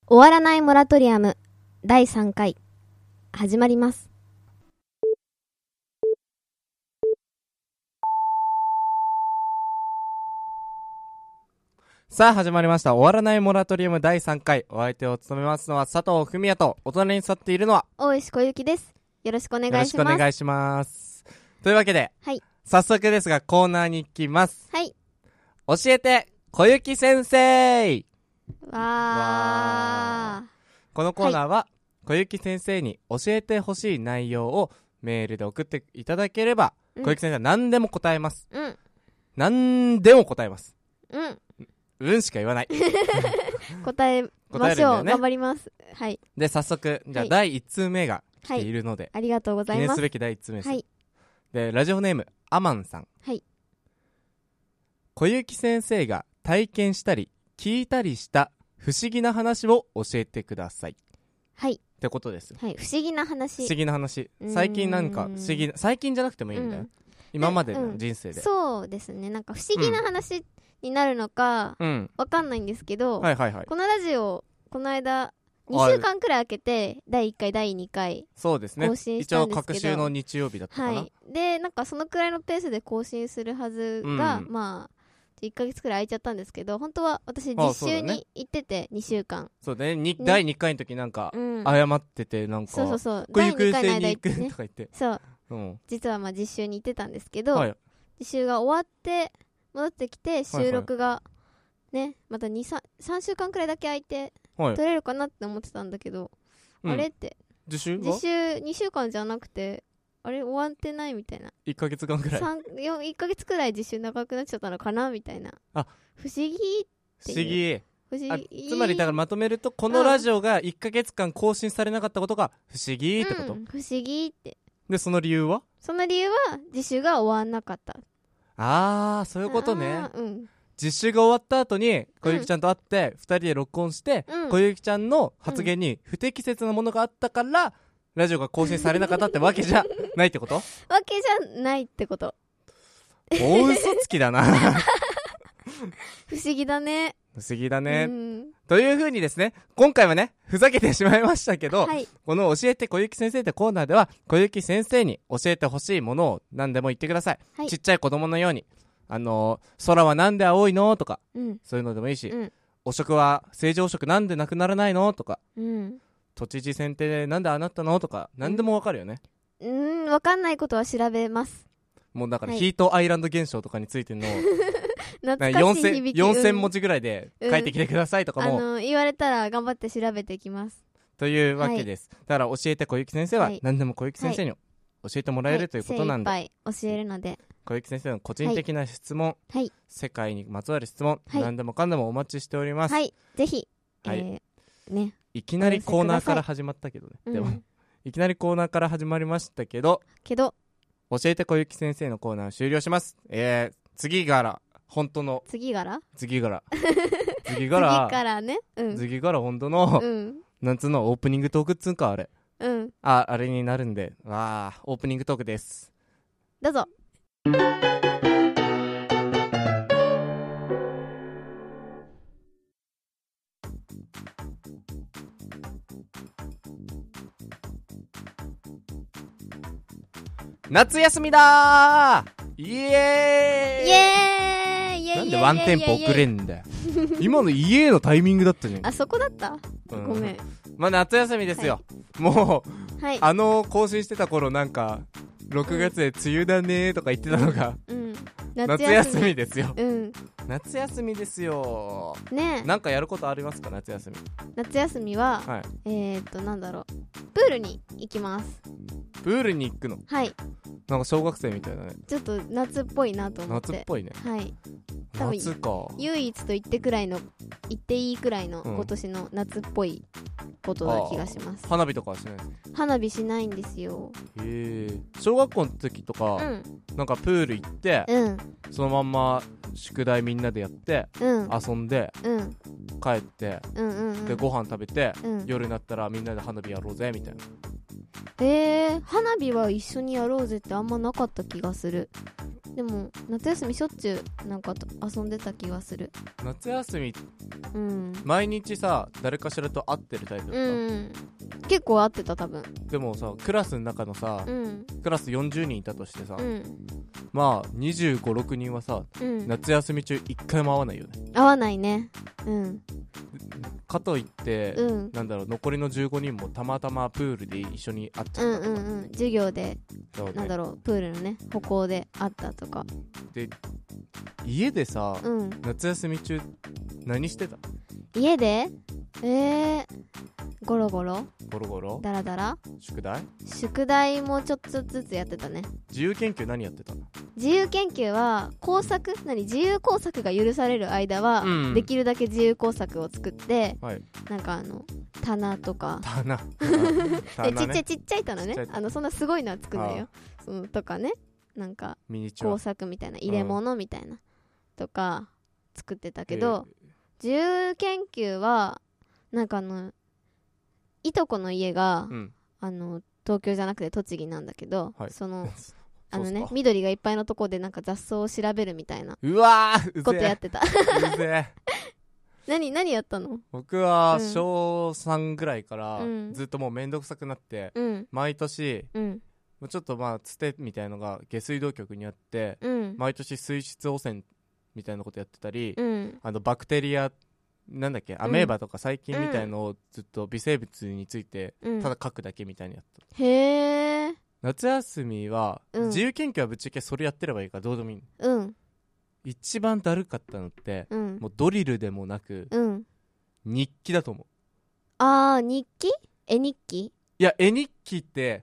終わらないモラトリアム第3回始まります。 さあ始まりました終わらないモラトリアム第3回。お相手を務めますのは佐藤文也と、お隣に座っているのは大石小雪です。よろしくお願いします。 よろしくお願いします。というわけで、 はい、 早速ですがコーナーに行きます。 はい、 教えて小雪先生。 わー。 このコーナーは、小雪先生に教えてほしい内容をメールで送っていただければ、小雪先生は何でも答えます。何でも答えます。しか言わない答えましょう、ね、頑張ります。はい。 で早速じゃあ第1通目が来ているので、 ありがとうございます。 記念すべき第1通目です。 はい。 でラジオネームアマンさん。 はい。 小雪先生が体験したり聞いたりした不思議な話を教えてください。はいってことです。 はい。不思議な話。 不思議な話。最近なんか不思議な、最近じゃなくてもいいんだよ。今までの人生で。そうですね。なんか不思議な話、になるのかわかんないんですけど、 はいはいはい、 このラジオこの間2週間くらい空けて第1回第2回そうですね、 更新したんですけど、 一応各週の日曜日だったかな、 はい、でなんかそのくらいのペースで更新するはずが、まあ1ヶ月くらい空いちゃったんですけど、本当は私実習に行ってて2週間。 そうだね、第2回の時なんか謝ってて、なんかそう第2回の間行ってね、 とか言ってそう、実はまあ実習に行ってたんですけど、実習が終わって戻ってきて収録がね、また3週間くらいだけ空いて撮れるかなって思ってたんだけど、あれって実習2週間じゃなくてあれ終わってないみたいな、 1ヶ月間くらい 1ヶ月くらい実習長くなっちゃったのかなみたいな。不思議っていう。 つまりだからまとめると、このラジオが1ヶ月間更新されなかったことが不思議ってこと、 不思議って。 でその理由は実習が終わんなかった。 そういうことね。実習が終わった後に小雪ちゃんと会って2人で録音して、小雪ちゃんの発言に不適切なものがあったから、ラジオが更新されなかったってわけじゃないってこと？わけじゃないってこと。 大嘘つきだな不思議だね。 不思議だね、という風にですね、今回はねふざけてしまいましたけど、この教えて小雪先生ってコーナーでは、小雪先生に教えてほしいものを何でも言ってください、ちっちゃい子供のように空はなんで青いのとか、そういうのでもいいし、汚職は政治汚職なんでなくならないのとか、都知事選ってなんでああなったのとか、何でもわかるよね。 わかんないことは調べます。 もうだからヒートアイランド現象とかについての懐かしい響き、 4000文字ぐらいで書いてきてくださいとかも、 言われたら頑張って調べていきますというわけです、だから教えて小雪先生は何でも小雪先生に教えてもらえるということなんで、 精一杯教えるので、 小雪先生の個人的な質問、世界にまつわる質問、何でもかんでもお待ちしております。 ぜひ、ね、 いきなりコーナーから始まったけどね、でもいきなりコーナーから始まりましたけど教えて小雪先生のコーナー終了します。次から本当の次からね、次から本当の、なんつうの、オープニングトークっつうか、あれあれになるんで、オープニングトークです。 どうぞ。 夏休みだー、イエーイ、なんでワンテンポ遅れんだよ今のイエーのタイミングだったじゃん。 そこだった、ごめん。 まあ夏休みですよ、もう、更新してた頃なんか6月で梅雨だねーとか言ってたのが、夏休みですよ、夏休みですよね。なんかやることありますか？夏休み。 夏休みは、なんだろう、プールに行きます。 プールに行くの？なんか小学生みたいだね。 ちょっと夏っぽいなと思って。 夏っぽいね。夏か。 唯一と言っていいくらいの今年の夏っぽいことな気がします。 花火とかはしないですか？ 花火しないんですよ。 小学校の時とか、なんかプール行って、そのまんま宿題みんなでやって、遊んで、帰って、でご飯食べて、夜になったらみんなで花火やろうぜみたいな。 花火は一緒にやろうぜってあんまなかった気がする。 でも夏休みしょっちゅうなんか遊んでた気がする。 夏休み、うん、毎日さ誰かしらと会ってるタイプだった、うん、 結構会ってた多分。 でもさクラスの中のさ、うん、クラス40人いたとしてさ、うん、まあ25、6人はさ、うん、夏休み中1回も会わないよね。 会わないね。うんかといって、うん、なんだろう、残りの15人もたまたまプールで一緒に会っちゃったとか、 授業で、ね、なんだろう、プールのね歩行で会ったとかで、家でさ、うん、夏休み中何してた？ 家でゴロゴロダラダラ、宿題もちょっとずつやってたね。 自由研究何やってたの？ 自由研究は工作、自由工作が許される間は、うん、できるだけ自由工作を作って、はい、なんか棚とか棚ね、ちっちゃい棚ね、そんなすごいのは作んないよ。そのとかね、なんか工作みたいな入れ物みたいな、とか作ってたけど、自由研究はなんかいとこの家が、うん、東京じゃなくて栃木なんだけど、はい、ね緑がいっぱいのとこでなんか雑草を調べるみたいなことやってた。何やったの？ 僕は小3ぐらいからずっともうめんどくさくなって、うん、毎年、うん、ちょっとまあつてみたいのが下水道局にあって、うん、毎年水質汚染みたいなことやってたり、うん、バクテリアなんだっけ、アメーバとか細菌みたいのをずっと微生物についてただ書くだけみたいにやった、 へー。 夏休みは、自由研究はぶっちゃけそれやってればいいからどうでもいい、うん、一番だるかったのって、うん、もうドリルでもなく、うん、日記だと思う。 日記？絵日記？ いや、絵日記って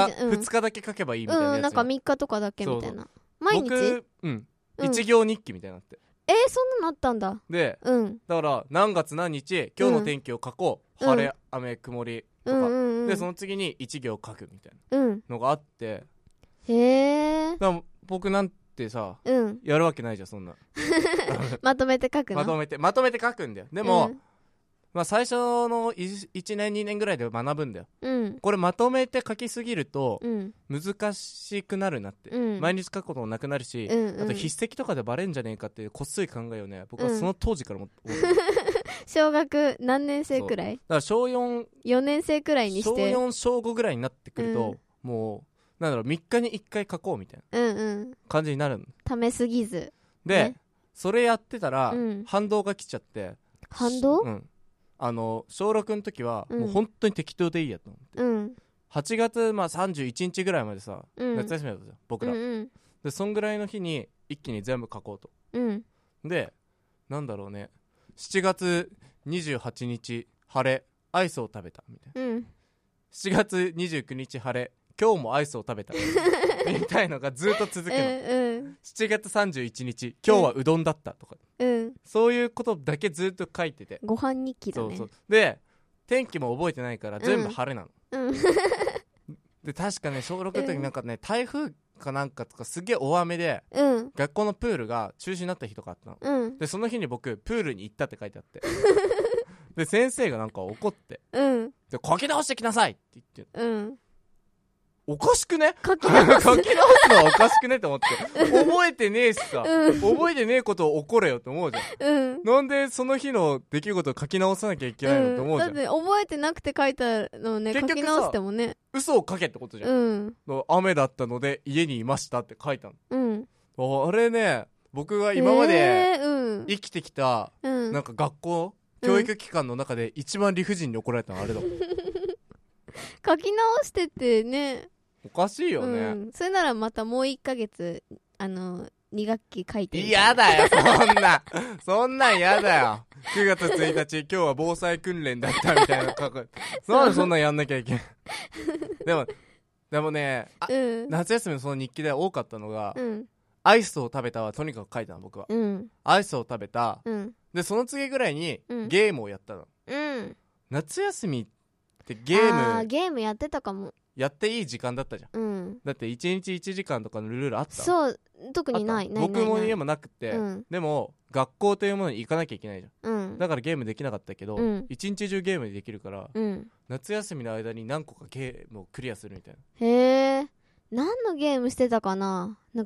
2日だけ書けばいいみたいなやつ、 なんか3日とかだけみたいな。毎日？ 僕、1行日記みたいになって、 そんなのあったんだ。 で、だから何月何日今日の天気を書こう、晴れ雨曇りとか、でその次に1行書くみたいなのがあって、 へえ。 だから僕なんてさ、やるわけないじゃんそんな。 まとめて書くの？ まとめて書くんだよ。でも、まあ、最初の1年2年ぐらいで学ぶんだよ、これまとめて書きすぎると難しくなるなって、毎日書くこともなくなるし、あと筆跡とかでバレんじゃねえかってこっそり考えようね。僕はその当時からも小学何年生くらい？だから小4 年生くらいにして小4小5ぐらいになってくると、もうなんだろう、3日に1回書こうみたいな感じになるの、 ためすぎずで、ね、それやってたら、反動が来ちゃって。 反動？ 小6の時はもう本当に適当でいいやと思って、8月31日ぐらいまでさ、夏休みだったじゃん僕ら、でそんぐらいの日に一気に全部書こうと、でなんだろうね、7月28日晴れアイスを食べたみたいな、7月29日晴れ今日もアイスを食べたみたいのがずっと続くの、7月31日今日はうどんだったとか、そういうことだけずっと書いてて、 ご飯日記だね。 そうで天気も覚えてないから全部晴れなの、で確かね小6の時なんかね、台風かなんかとかすげえ大雨で、学校のプールが中止になった日とかあったの、でその日に僕プールに行ったって書いてあってで先生がなんか怒って、で書き直してきなさいって言って、おかしくね？ 書き直すのはおかしくねって思って覚えてねえしさ、覚えてねえことを怒れよって思うじゃん、なんでその日の出来事を書き直さなきゃいけないのって思うじゃん、 だって覚えてなくて書いたのをね、書き直してもね、 嘘を書けってことじゃん、雨だったので家にいましたって書いたの、あれね、僕が今まで生きてきた、なんか学校、教育機関の中で一番理不尽に怒られたのあれだもん書き直してってね、 おかしいよね、 それならまたもう1ヶ月2学期書いて嫌だよそんなん嫌だよ9月1日今日は防災訓練だったみたいなそんなんやんなきゃいけないでもね、夏休みのその日記で多かったのが、アイスを食べたはとにかく書いたの僕は、アイスを食べた、でその次ぐらいにゲームをやったの、夏休みってゲームやってたかも。 やっていい時間だったじゃん、だって1日1時間とかのルールあった？ そう特にない僕も家もなくて、でも学校というものに行かなきゃいけないじゃん、だからゲームできなかったけど、一日中ゲームできるから、夏休みの間に何個かゲームをクリアするみたいな。 へえ、何のゲームしてたかな。なんか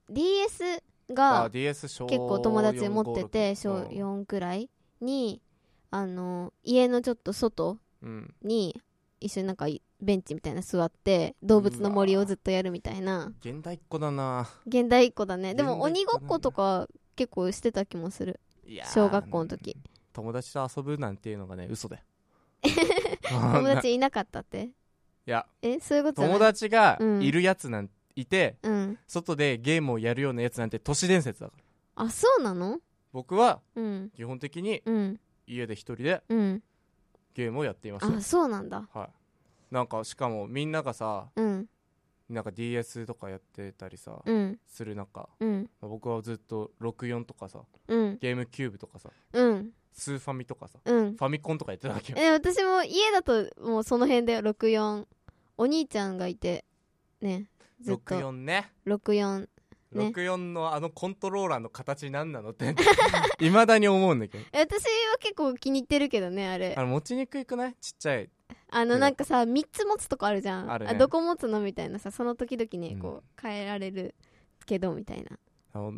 DS が結構友達持ってて、小4くらいに家のちょっと外に一緒になんかベンチみたいな座って動物の森をずっとやるみたいな。 現代っ子だな。 現代っ子だね。でも鬼ごっことか結構してた気もする。小学校の時。 友達と遊ぶなんていうのがね、嘘だよ。 友達いなかったって？ いや、 そういうことじゃない？ 友達がいるやつなんていて、外でゲームをやるようなやつなんて都市伝説だから。 あ、そうなの？ 僕は基本的に家で一人でゲームをやっていました。 あ、そうなんだ。 はい。なんかしかもみんながさ、なんか DS とかやってたりさ、する中、僕はずっと64とかさ、ゲームキューブとかさ、スーファミとかさ、ファミコンとかやってたわけよ。 私も家だともうその辺で64、お兄ちゃんがいてね、ずっと 64ね。 64ね、 64のコントローラーの形なんなのって未だに思うんだけど。 私は結構気に入ってるけどね、あれ。 持ちにくいくない？ちっちゃい。 なんかさ、3つ持つとこあるじゃん。 あるね。 どこ持つのみたいなさ、その時々ね、こう変えられるけどみたいな。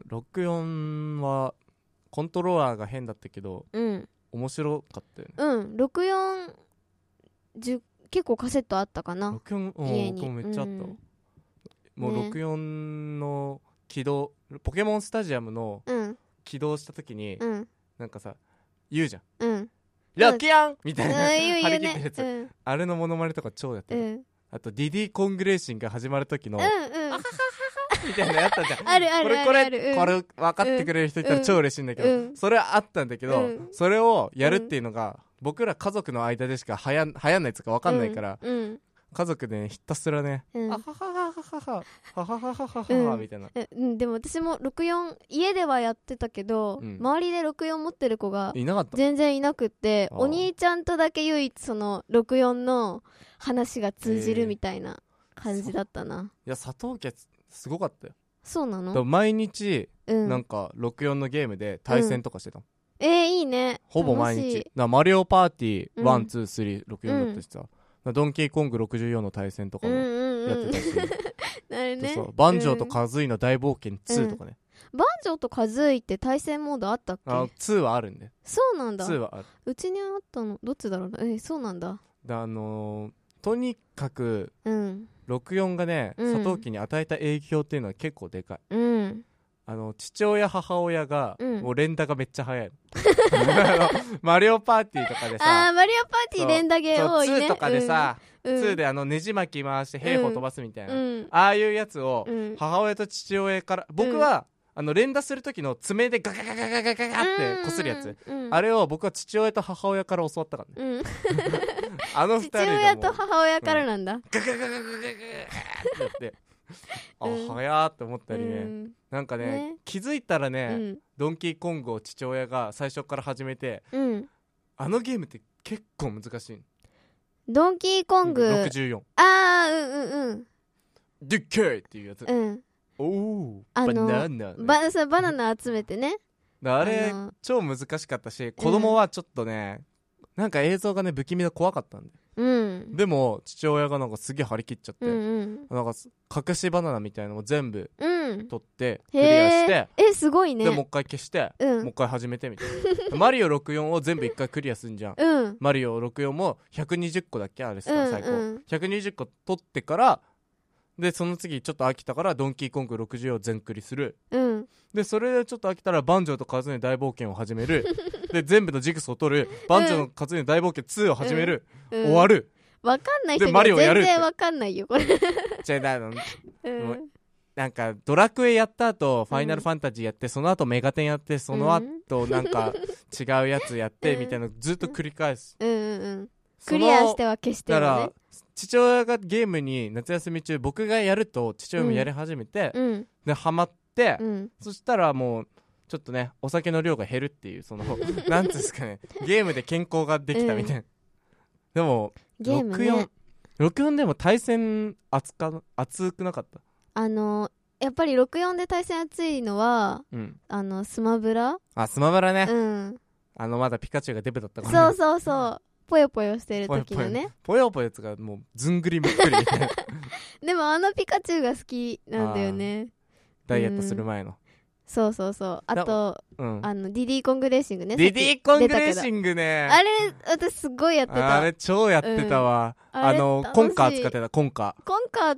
64はコントローラーが変だったけど、面白かったよね。 64結構カセットあったかな。 家に。めっちゃあった。もう64の起動、ポケモンスタジアムの起動した時に、なんかさ、言うじゃん。ロキアンみたいな張り切ってるやつ、あれのモノマネとか超やってる。あとディディコングレーシンが始まる時のあはははみたいなやったじゃん。 あるあるあるある。 これ分かってくれる人いたら超嬉しいんだけど、それはあったんだけど、それをやるっていうのが僕ら家族の間でしか流行んないやつか分かんないから、家族でひたすらね、あははははははははははみたいな。 でも私も64家ではやってたけど、周りで64持ってる子がいなかった。 全然いなくって、お兄ちゃんとだけ唯一その64の話が通じるみたいな感じだったな。 いや、佐藤家すごかったよ。 そうなの？ 毎日なんか64のゲームで対戦とかしてた。 いいね。 ほぼ毎日。マリオパーティー1、2、3、64だったしさ。ドンキーコング64の対戦とかもやってたし、バンジョーとカズイの大冒険2とかね。 バンジョーとカズイって対戦モードあったっけ ？2はあるんで。 そうなんだ。 2はある。 うちにあったのどっちだろうな。そうなんだ。 とにかく64がね、佐藤家に与えた影響っていうのは結構でかい。父親母親がもう連打がめっちゃ早い。マリオパーティーとかでさ、 マリオパーティー連打ゲー多いね。 2とかでさ、2でねじ巻き回して兵法飛ばすみたいな、ああいうやつを母親と父親から、僕は連打する時の爪でガガガガガガガガってこするやつ、あれを僕は父親と母親から教わったからね。2人で父親と母親からなんだ。 ガガガガガガガって早ーって思ったりね、なんかね、気づいたらね、ドンキーコングを父親が最初から始めて、あのゲームって結構難しい。 ドンキーコング 64、でっけーっていうやつ、おお、バナナ、 バナナ集めてね。 あれ超難しかったし、子供はちょっとね、なんか映像がね不気味で怖かったんで、でも父親がなんかすげえ張り切っちゃって、なんか隠しバナナみたいなのも全部取ってクリアして、 すごいね。 でもう一回消して、もう一回始めてみたいな。マリオ64を全部一回クリアすんじゃん。マリオ64も120個だっけあれさ、最高120個取ってから、でその次ちょっと飽きたからドンキーコング64を全クリする、でそれでちょっと飽きたらバンジョーとカズイの大冒険を始めるで全部のジグソを取る、バンジョーのカズイの大冒険2を始める、終わる。 わかんない人には全然わかんないよこれ。 じゃあなんかドラクエやった後ファイナルファンタジーやって、その後メガテンやって、その後なんか違うやつやってみたいなのずっと繰り返す。 クリアしては消してるね。だから父親がゲームに夏休み中僕がやると父親もやり始めて、でハマって、そしたらもうちょっとねお酒の量が減るっていう、そのなんていうんですかね、ゲームで健康ができたみたいな、でも64でも対戦熱くなかった？ やっぱり64で対戦熱いのは、スマブラ。 スマブラね、まだピカチュウがデブだったからね。 そうぽよぽよしてる時のね、 ぽよぽよやつがもうずんぐりむっくりみたいな。 でもピカチュウが好きなんだよね。 ダイエットする前の。 そうそうそう。あと、ディディコングレーシングね。 ディディコングレーシングね。 あれ、私すごいやってた。 あれ超やってたわ。コンカー使ってた、コンカー。 コンカーって、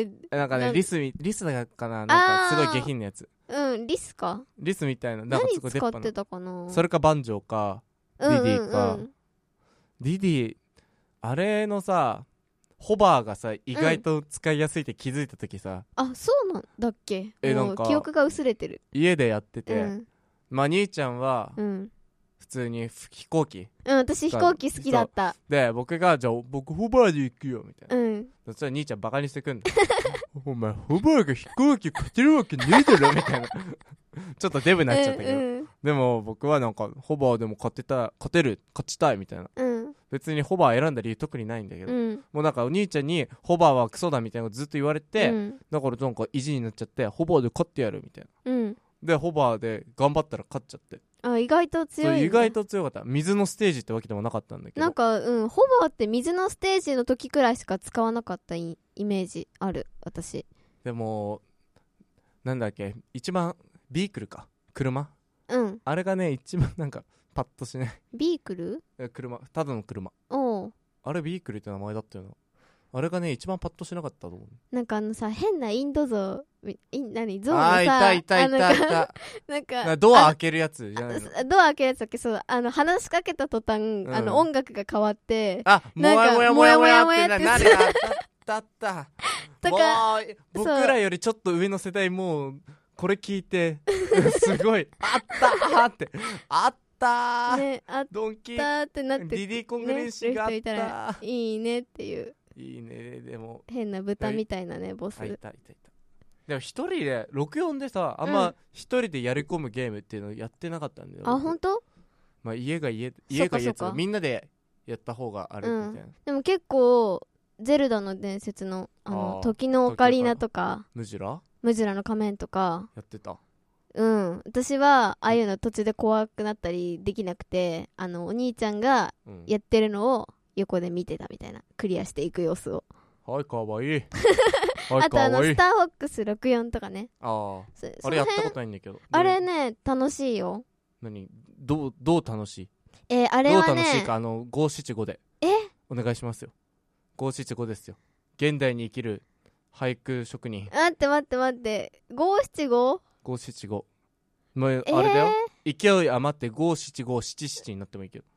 なんかね、リスだかな、なんかすごい下品なやつ。 リスかリスみたいな。なんかすごい出っ歯の。 何使ってたかな。 それかバンジョーか、ディディか。ディディ、あれのさ、ホバーがさ意外と使いやすいって気づいた時さ、 あ、そうなんだっけ。なんか記憶が薄れてる。 家でやってて、まあ兄ちゃんは普通に飛行機、 私飛行機好きだった。 で僕がじゃあ僕ホバーで行くよみたいな、そしたら兄ちゃんバカにしてくんだお前ホバーが飛行機勝てるわけねえだろみたいなちょっとデブになっちゃったけど、でも僕はなんかホバーでも勝ちたいみたいな、別にホバー選んだ理由特にないんだけど、もうなんかお兄ちゃんにホバーはクソだみたいなことずっと言われて、だからなんか意地になっちゃってホバーで勝ってやるみたいな、でホバーで頑張ったら勝っちゃって、 あ、意外と強い、ね、 意外と強かった。水のステージってわけでもなかったんだけど、 なんかホバーって水のステージの時くらいしか使わなかったイメージある私。 でもなんだっけ、一番ビークルか、車、あれがね一番なんかパッとしない。 ビークル？ 車、ただの車。あれビークルって名前だったよな。あれがね一番パッとしなかったと思う。 なんかさ、変なインド像、何像のさ、いたなんかドア開けるやつじゃないの。 ドア開けるやつだっけ。そう、話しかけた途端、音楽が変わって、 もやもやってなるやだったとか、僕らよりちょっと上の世代もうこれ聞いてすごいあったってあったね、あったドンキってなって、 ディディコングレーシングあった、 いいねっていう。 いいね。でも変な豚みたいなねボス。 いた。でも一人で64でさ、あんま一人でやり込むゲームっていうのやってなかったんだよ。 あ、本当？ まあ家がみんなでやった方があれみたいな。 でも結構ゼルダの伝説の時のオカリナとかムジュラの仮面とかやってた。 私はああいうの途中で怖くなったりできなくて、お兄ちゃんがやってるのを横で見てたみたいな、クリアしていく様子を。 はい、かわいいあとスターフォックス64とかね。 あれやったことないんだけど。 あれね楽しいよ。 どう楽しい？ あれはね、 どう楽しいか五七五でお願いしますよ。五七五ですよ。現代に生きる俳句職人。 待って五七五？ 五七五。もうあれだよ、勢い余って五七五七七になってもいいけど。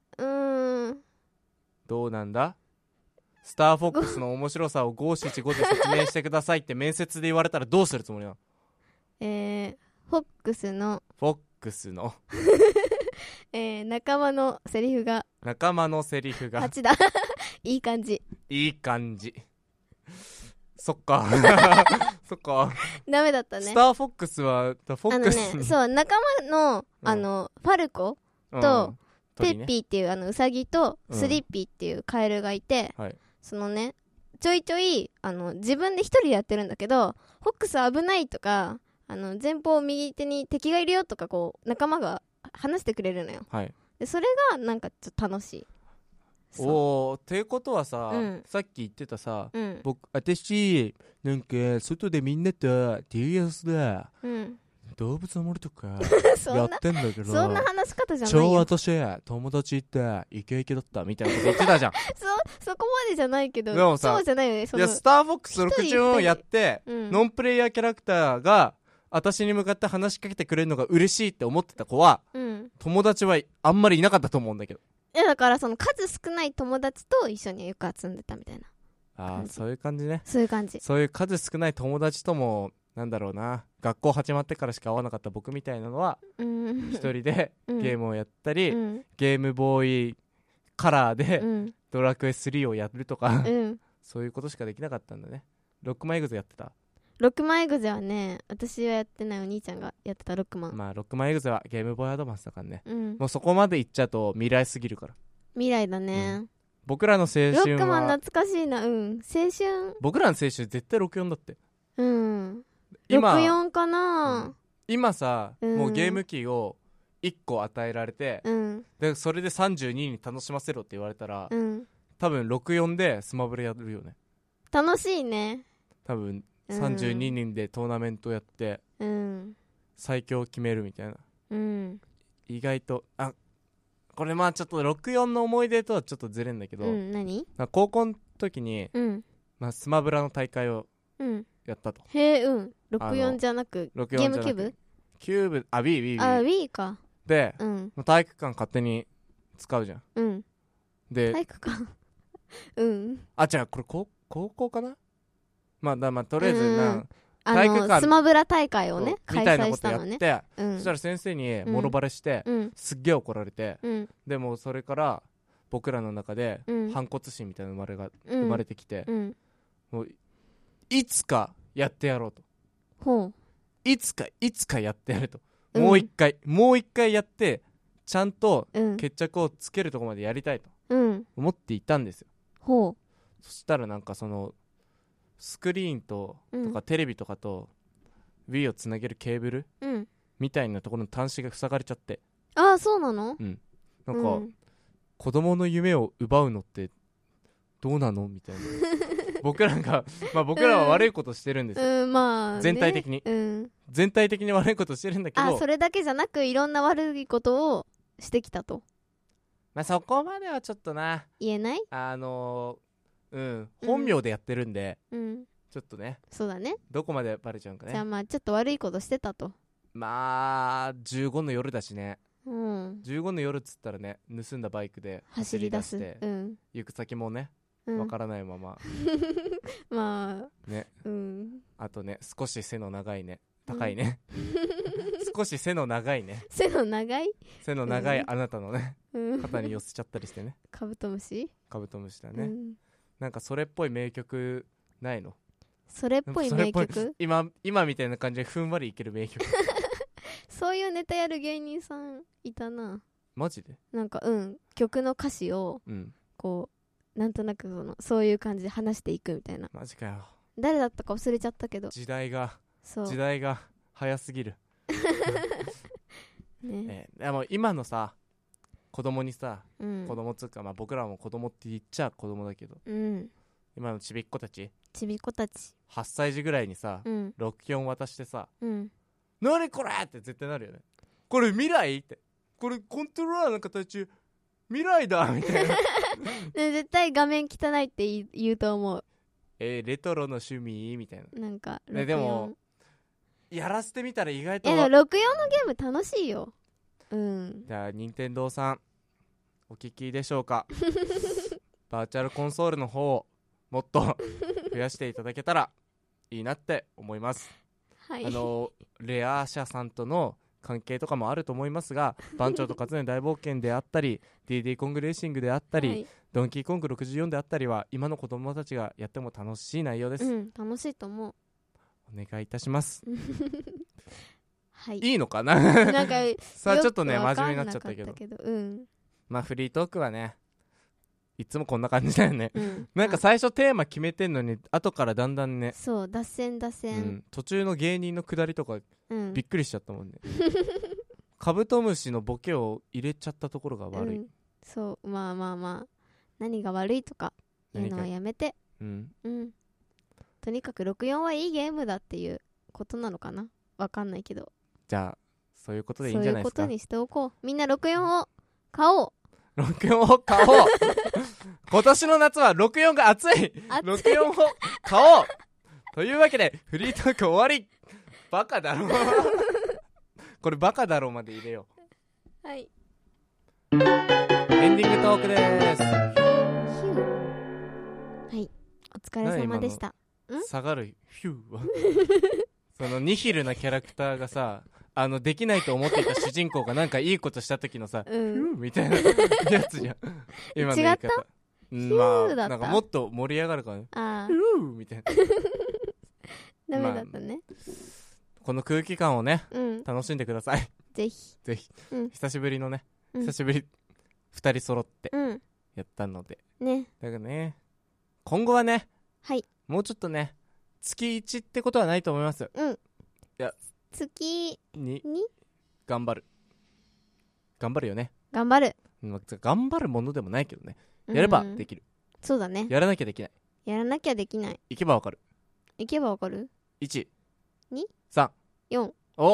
どうなんだ？スターフォックスの面白さを五七五で説明してくださいって面接で言われたらどうするつもりなの？ フォックスの仲間のセリフが8だいい感じ。 そっかダメだったね。 スターフォックスはフォックスそう、仲間の、ファルコと、ペッピーっていうウサギとスリッピーっていうカエルがいて、そのねちょいちょい自分で一人でやってるんだけど、フォックス危ないとか前方右手に敵がいるよとかこう仲間が話してくれるのよ、でそれがなんかちょっと楽しい。 っていうことはさ、さっき言ってたさ、私なんか外でみんなと TS で、動物の森とかやってんだけどそんな話し方じゃないよ。 私友達ってイケイケだったみたいなこと言ってたじゃんそこまでじゃないけど、 でもさ、 そうじゃないよね。いやスターフォックス64をやって、ノンプレイヤーキャラクターが私に向かって話しかけてくれるのが嬉しいって思ってた子は、友達はあんまりいなかったと思うんだけど。 いやだからその数少ない友達と一緒によく遊んでたみたいな。 そういう感じね。 そういう感じ。 そういう数少ない友達ともなんだろうな、学校始まってからしか会わなかった僕みたいなのは一人でゲームをやったり、ゲームボーイカラーでドラクエ3をやるとか、そういうことしかできなかったんだね。ロックマンエグゼやってた？ ロックマンエグゼはね、私はやってない。お兄ちゃんがやってたロックマン。 まあロックマンエグゼはゲームボーイアドバンスだからね、もうそこまでいっちゃうと未来すぎるから。 未来だね、 僕らの青春は。 ロックマン懐かしいな。青春。 僕らの青春絶対64だって。 今64かな、 今さ、もうゲーム機を1個与えられて、でそれで32に楽しませろって言われたら、多分64でスマブラやるよね。 楽しいね。 多分32人でトーナメントやって、 うん、 最強を決めるみたいな、 うん、 意外とこれまあちょっと64の思い出とはちょっとずれんだけど、 何？ 高校の時に、まあ、スマブラの大会をやったと。 へえ、64じゃなくゲームキューブ？ キューブ、 Wii か。 で、体育館勝手に使うじゃん。で、体育館違う、これ高校かな。まあとりあえず体育館スマブラ大会をね開催したのね。 みたいなことやって、そしたら先生にもろバレして、すっげえ怒られて、でもそれから僕らの中で反骨心みたいなのが生まれてきて、もういつかやってやろうと。いつかやってやると。もう一回やってちゃんと決着をつけるところまでやりたいと思っていたんですよ。そしたらなんかそのスクリーンとかテレビとかと Wii をつなげるケーブル、みたいなところの端子が塞がれちゃって。 ああ、そうなの？ なんか、子供の夢を奪うのってどうなのみたいな僕らは悪いことしてるんですよ、 まあね、 全体的に悪いことしてるんだけど、 それだけじゃなくいろんな悪いことをしてきたと。 まあそこまではちょっと言えない？ 本名でやってるんで、ちょっとね、 そうだね、 どこまでバレちゃうんかね。 じゃあまあちょっと悪いことしてたと。 まあ15の夜だしね、15の夜っつったらね、盗んだバイクで走り出して、行く先もねわからないまままあね、あとね、少し背の長いね、高いね少し背の長いね、 背の長いあなたのね、肩に寄せちゃったりしてね。 カブトムシだね、なんかそれっぽい名曲ないの？ それっぽい名曲？ 今みたいな感じでふんわりいける名曲そういうネタやる芸人さんいたな。 マジで？ なんか曲の歌詞をこうなんとなくそういう感じで話していくみたいな。 マジかよ。 誰だったか忘れちゃったけど、 時代が早すぎるね。でも今のさ子供にさ、子供つうか、まあ僕らも子供って言っちゃ子供だけど、今のちびっ子たち8歳児ぐらいにさ、64渡してさ、何これって絶対なるよね。これ未来って、これコントローラーの形未来だみたいなね、絶対画面汚いって言うと思う。 レトロの趣味みたいな。 なんかね、でもやらせてみたら意外と。 64のゲーム楽しいよ。 じゃあ任天堂さんお聞きでしょうかバーチャルコンソールの方をもっと増やしていただけたらいいなって思います、はい、レア社さんとの関係とかもあると思いますが、番長と勝根大冒険であったりDD コングレーシングであったり、はい、ドンキーコング64であったりは今の子供たちがやっても楽しい内容です、 楽しいと思う。 お願いいたしますはい、 いいのかななんかさあちょっとね真面目になっちゃったけど、まあフリートークはねいつもこんな感じだよね、なんか最初テーマ決めてんのに後からだんだんね、 そう脱線、 途中の芸人のくだりとか、びっくりしちゃったもんねカブトムシのボケを入れちゃったところが悪い、 そうまあ何が悪いとかいうのはやめて、とにかく64はいいゲームだっていうことなのかな、わかんないけど、 じゃあそういうことでいいんじゃないですか。 そういうことにしておこう。みんな64を買おう。 64を買おう今年の夏は64が熱い64を買おうというわけでフリートーク終わりバカだろこれバカだろまで入れよう。はい、エンディングトークです。 はい、お疲れ様でした。 下がるヒューはそのニヒルなキャラクターがさ、できないと思っていた主人公がなんかいいことした時のさ、みたいなやつじゃん今の言い方。まあなんかもっと盛り上がるからね、みたいなダメだったね、 この空気感をね、楽しんでください。 ぜひ、 久しぶりのね、久しぶり2人揃ってやったので、ね、だからね今後はね、はい、もうちょっとね月1ってことはないと思います。いや月2 頑張るよね。 頑張るものでもないけどね、やればできる、 そうだね。 やらなきゃできない。 行けばわかる。 1、2、3、 4。 お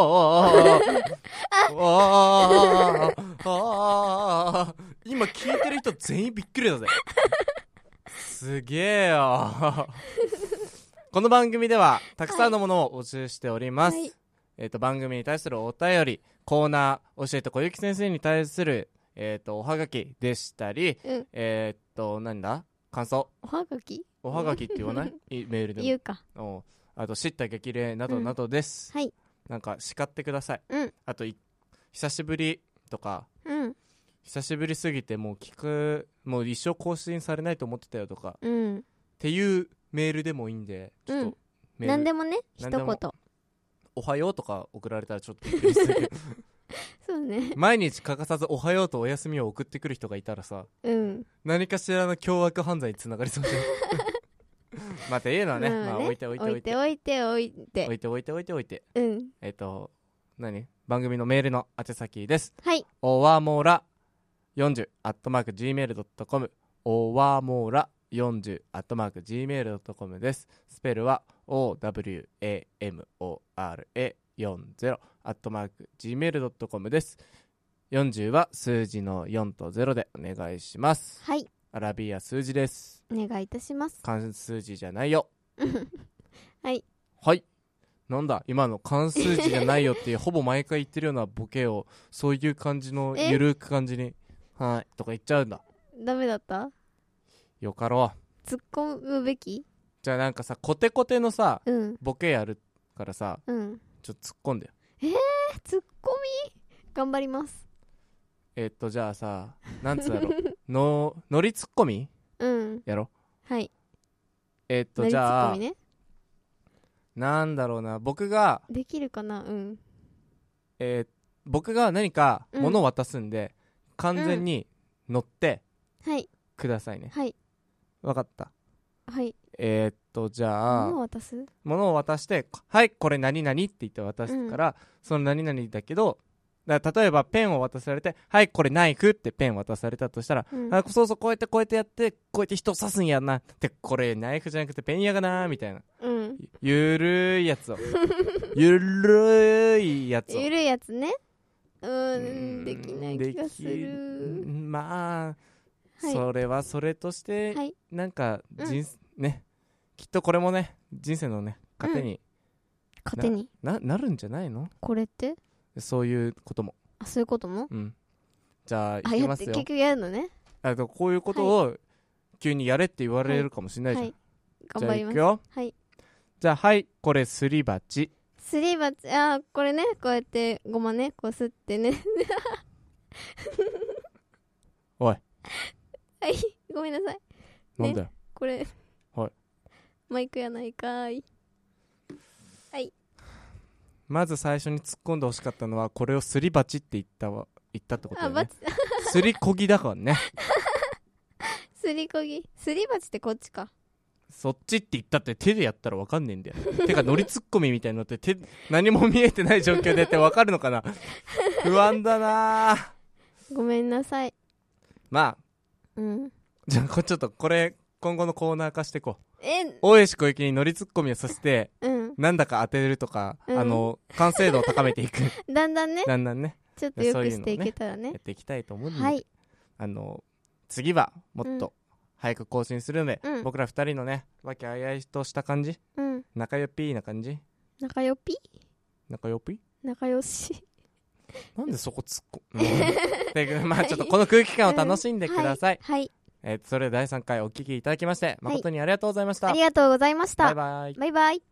お今聞いてる人全員びっくりだぜ。すげえよ。この番組ではたくさんのものを募集しております、はい、番組に対するお便り、コーナー、教えて小雪先生に対するおはがきでしたり、何だ感想、 おはがきって言わないメールでも言うか。 あと知った激励などなどです、 はい、 なんか叱ってください、あと久しぶりとか、久しぶりすぎてもう一生更新されないと思ってたよとか、っていうメールでもいいんで、ちょっと何でもね、一言おはようとか送られたらちょっとびっくりするけどそうね、 毎日欠かさずおはようとお休みを送ってくる人がいたらさ、何かしらの凶悪犯罪につながりそうじゃんまあっていうのはね、まあ置いて何番組のメールの宛先です。 はい、 おわもら40@gmail.com おわもら40@gmail.com です。スペルは OWAMORA40@gmail.com です。40は数字の4と0でお願いします。 はい、 アラビア数字です。 お願いいたします。 漢数字じゃないよはいはい、なんだ今の漢数字じゃないよっていうほぼ毎回言ってるようなボケをそういう感じのゆるく感じにはいとか言っちゃうんだ。 ダメだった？よかろう。突っ込むべき？ じゃあなんかさ、コテコテのさ、ボケやるからさ、ちょっと突っ込んでよ。 突っ込み頑張ります。 じゃあさ、なんつうだろうノリツッコミやろ。 はい。 じゃあ、ね、なんだろうな、僕ができるかな。 僕が何か物を渡すんで、完全に乗ってくださいね。 はい。 わかった。 はい。 じゃあ物を渡してはいこれ何々って言って渡すから、その何々だけど、例えばペンを渡されてはいこれナイフってペン渡されたとしたら、そうそうこうやってやってこうやって人を刺すんやなってこれナイフじゃなくてペンやがなみたいな、ゆるいやつをゆるいやつね。できない気がする。 まあそれはそれとして、なんかね、きっとこれもね人生のね糧になるんじゃないの？これってそういうことも。そういうことも？じゃあいきますよ。結局やるのね。こういうことを急にやれって言われるかもしれないじゃん。頑張ります。じゃあいくよ。じゃあはいこれすり鉢。これねこうやってごまねこうすってねおいはいごめんなさい。なんだよこれ。はいマイクやないかーい。はいまず最初に突っ込んでほしかったのはこれをすり鉢って言ったってことだよね。すりこぎだからねすりこぎすり鉢ってこっちか。そっちって言ったって手でやったら分かんねえんだよてかノリツッコミみたいになって何も見えてない状況でやって分かるのかな不安だな。ごめんなさい。まあじゃあちょっとこれ今後のコーナー化していこう。大石小雪にノリツッコミをさせて、なんだか当てるとか、完成度を高めていくだんだんねちょっとよくしていけたらねやっていきたいと思うんで、次はもっと早く更新するので、僕ら2人のね和気あいあいとした感じ、仲良ぴーな感じ。仲良しなんでそこ突っ込むまあちょっとこの空気感を楽しんでください。それで第3回お聞きいただきまして誠にありがとうございました。ありがとうございました。バイバイ。